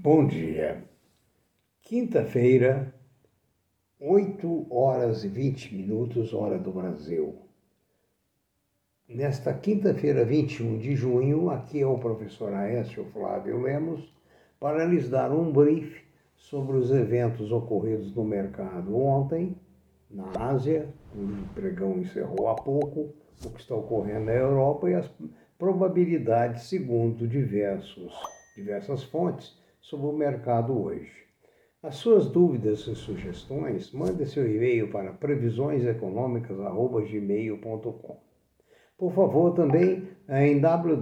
Bom dia. Quinta-feira, 8 horas e 20 minutos, hora do Brasil. Nesta quinta-feira, 21 de junho, aqui é o professor Aécio Flávio Lemos para lhes dar um brief sobre os eventos ocorridos no mercado ontem, na Ásia, o pregão encerrou há pouco, o que está ocorrendo na Europa e as probabilidades segundo diversas fontes sobre o mercado hoje. As suas dúvidas e sugestões, mande seu e-mail para previsioneseconomicas@gmail.com. Por favor, também em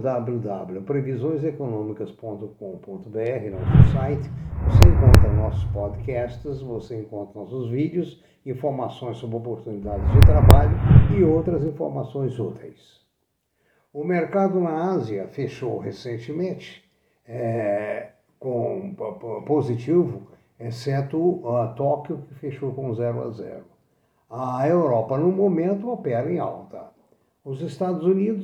www.previsioneseconomicas.com.br, nosso site, você encontra nossos podcasts, você encontra nossos vídeos, informações sobre oportunidades de trabalho e outras informações úteis. O mercado na Ásia fechou recentemente com positivo, exceto Tóquio, que fechou com 0-0. A Europa, no momento, opera em alta. Os Estados Unidos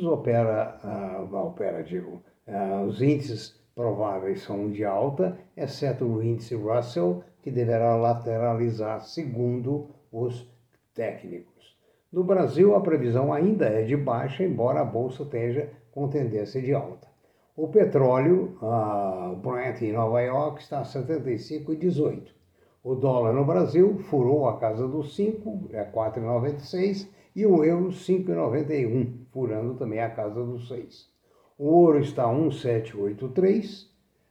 os índices prováveis são de alta, exceto o índice Russell, que deverá lateralizar, segundo os técnicos. No Brasil, a previsão ainda é de baixa, embora a bolsa esteja com tendência de alta. O petróleo, o Brent em Nova York, está a 75,18. O dólar no Brasil furou a casa dos 5, é 4,96, e o euro 5,91, furando também a casa dos 6. O ouro está a 1,783,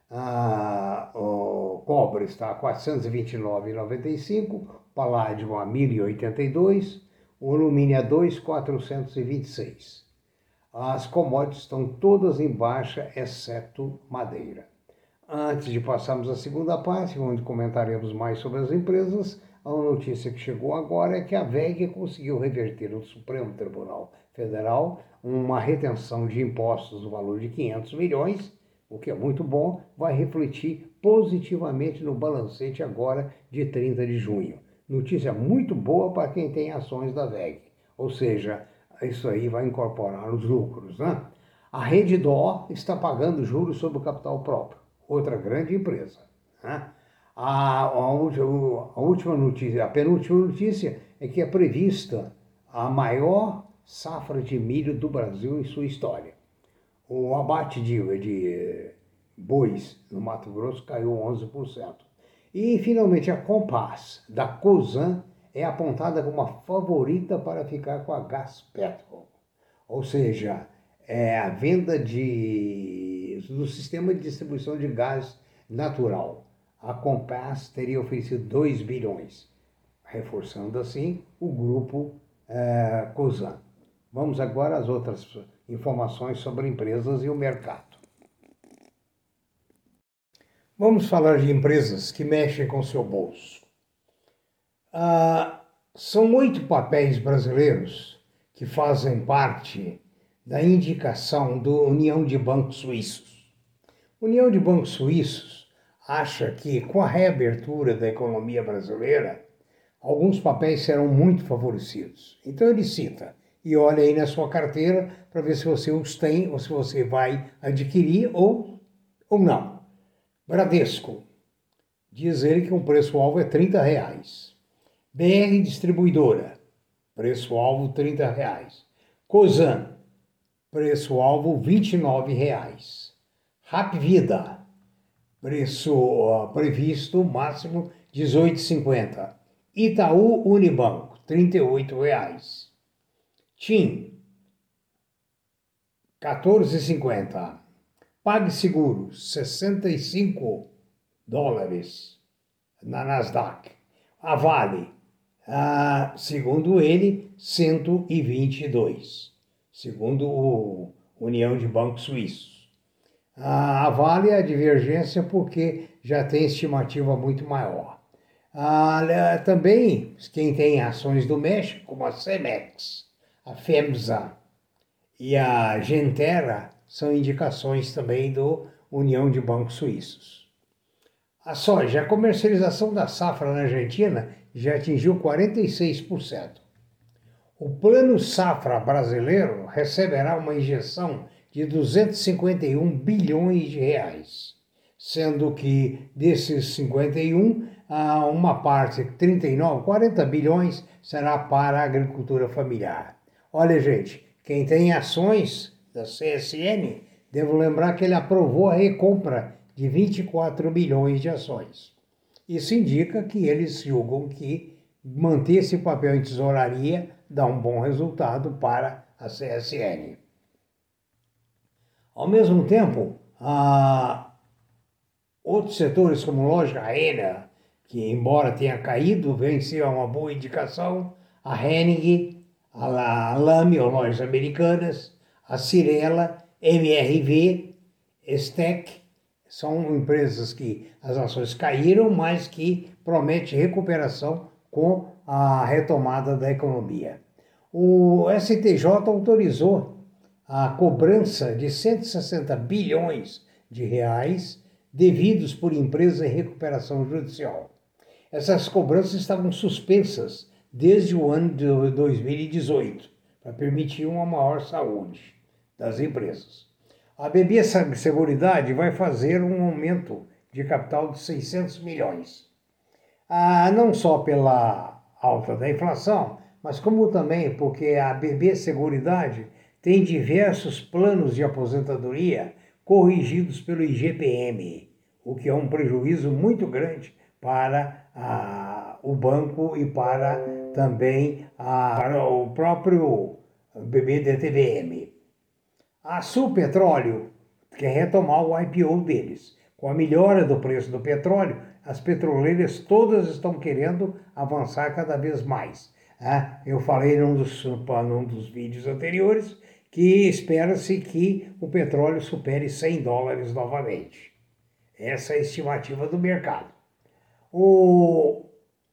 o cobre está a 429,95, paládio a 1.082, o alumínio a 2.426. As commodities estão todas em baixa, exceto madeira. Antes de passarmos à segunda parte, onde comentaremos mais sobre as empresas, a notícia que chegou agora é que a WEG conseguiu reverter no Supremo Tribunal Federal uma retenção de impostos no valor de 500 milhões, o que é muito bom, vai refletir positivamente no balancete agora de 30 de junho. Notícia muito boa para quem tem ações da WEG, ou seja, isso aí vai incorporar os lucros, né? A Redditor está pagando juros sobre o capital próprio, outra grande empresa, né? A última notícia, a penúltima notícia é que é prevista a maior safra de milho do Brasil em sua história. O abate de bois no Mato Grosso caiu 11%. E, finalmente, a Compass, da Cosan, é apontada como a favorita para ficar com a Gaspetro. Ou seja, é a venda do sistema de distribuição de gás natural. A Compass teria oferecido 2 bilhões, reforçando assim o grupo Cosan. Vamos agora às outras informações sobre empresas e o mercado. Vamos falar de empresas que mexem com seu bolso. São 8 papéis brasileiros que fazem parte da indicação da União de Bancos Suíços. União de Bancos Suíços acha que, com a reabertura da economia brasileira, alguns papéis serão muito favorecidos. Então ele cita, e olha aí na sua carteira para ver se você os tem ou se você vai adquirir ou não. Bradesco, diz ele que o preço-alvo é R$30. BR Distribuidora, preço-alvo R$30. Cosan, preço-alvo R$29. Hapvida, preço previsto máximo R$18,50. Itaú Unibanco, R$38. TIM, R$14,50. PagSeguro, $65 na Nasdaq. A Vale, segundo ele, 122, segundo a União de Bancos Suíços. A Vale é a divergência porque já tem estimativa muito maior. Também, quem tem ações do México, como a Cemex, a FEMSA e a Gentera, são indicações também do União de Bancos Suíços. A soja, a comercialização da safra na Argentina já atingiu 46%. O Plano Safra brasileiro receberá uma injeção de 251 bilhões de reais. sendo que desses 51, uma parte, 39, 40 bilhões, será para a agricultura familiar. Olha, gente, quem tem ações da CSN, devo lembrar que ele aprovou a recompra de 24 bilhões de ações. Isso indica que eles julgam que manter esse papel em tesouraria dá um bom resultado para a CSN. Ao mesmo tempo, outros setores como loja, a Renner, que embora tenha caído, venceu uma boa indicação, a Hennig, a Lamy, ou Lojas Americanas, a Cirela, MRV, Estec, são empresas que as ações caíram, mas que prometem recuperação com a retomada da economia. O STJ autorizou a cobrança de 160 bilhões de reais devidos por empresas em recuperação judicial. Essas cobranças estavam suspensas desde o ano de 2018, para permitir uma maior saúde das empresas. A BB Seguridade vai fazer um aumento de capital de 600 milhões. Não só pela alta da inflação, mas como também porque a BB Seguridade tem diversos planos de aposentadoria corrigidos pelo IGPM, o que é um prejuízo muito grande para o banco e para também para o próprio BBDTVM. A Sul Petróleo quer retomar o IPO deles. Com a melhora do preço do petróleo, as petroleiras todas estão querendo avançar cada vez mais. Eu falei num dos vídeos anteriores que espera-se que o petróleo supere $100 novamente. Essa é a estimativa do mercado. O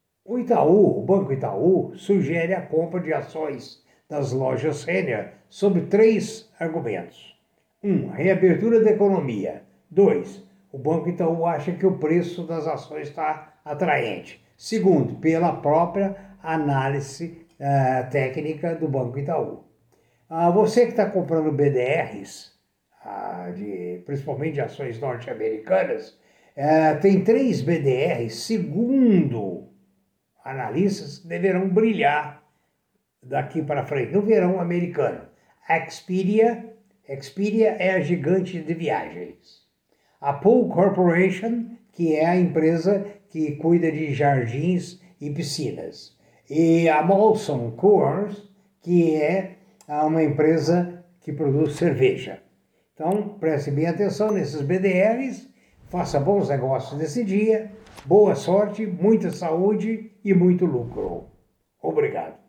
Banco Itaú, sugere a compra de ações das lojas Renner sob 3 argumentos. 1. Reabertura da economia. 2. O Banco Itaú acha que o preço das ações está atraente. Segundo, pela própria análise técnica do Banco Itaú. Você que está comprando BDRs, principalmente de ações norte-americanas, tem 3 BDRs, segundo analistas, que deverão brilhar daqui para frente, no verão americano. A Expedia é a gigante de viagens. A Pool Corporation, que é a empresa que cuida de jardins e piscinas. E a Molson Coors, que é uma empresa que produz cerveja. Então, preste bem atenção nesses BDRs, faça bons negócios nesse dia, boa sorte, muita saúde e muito lucro. Obrigado.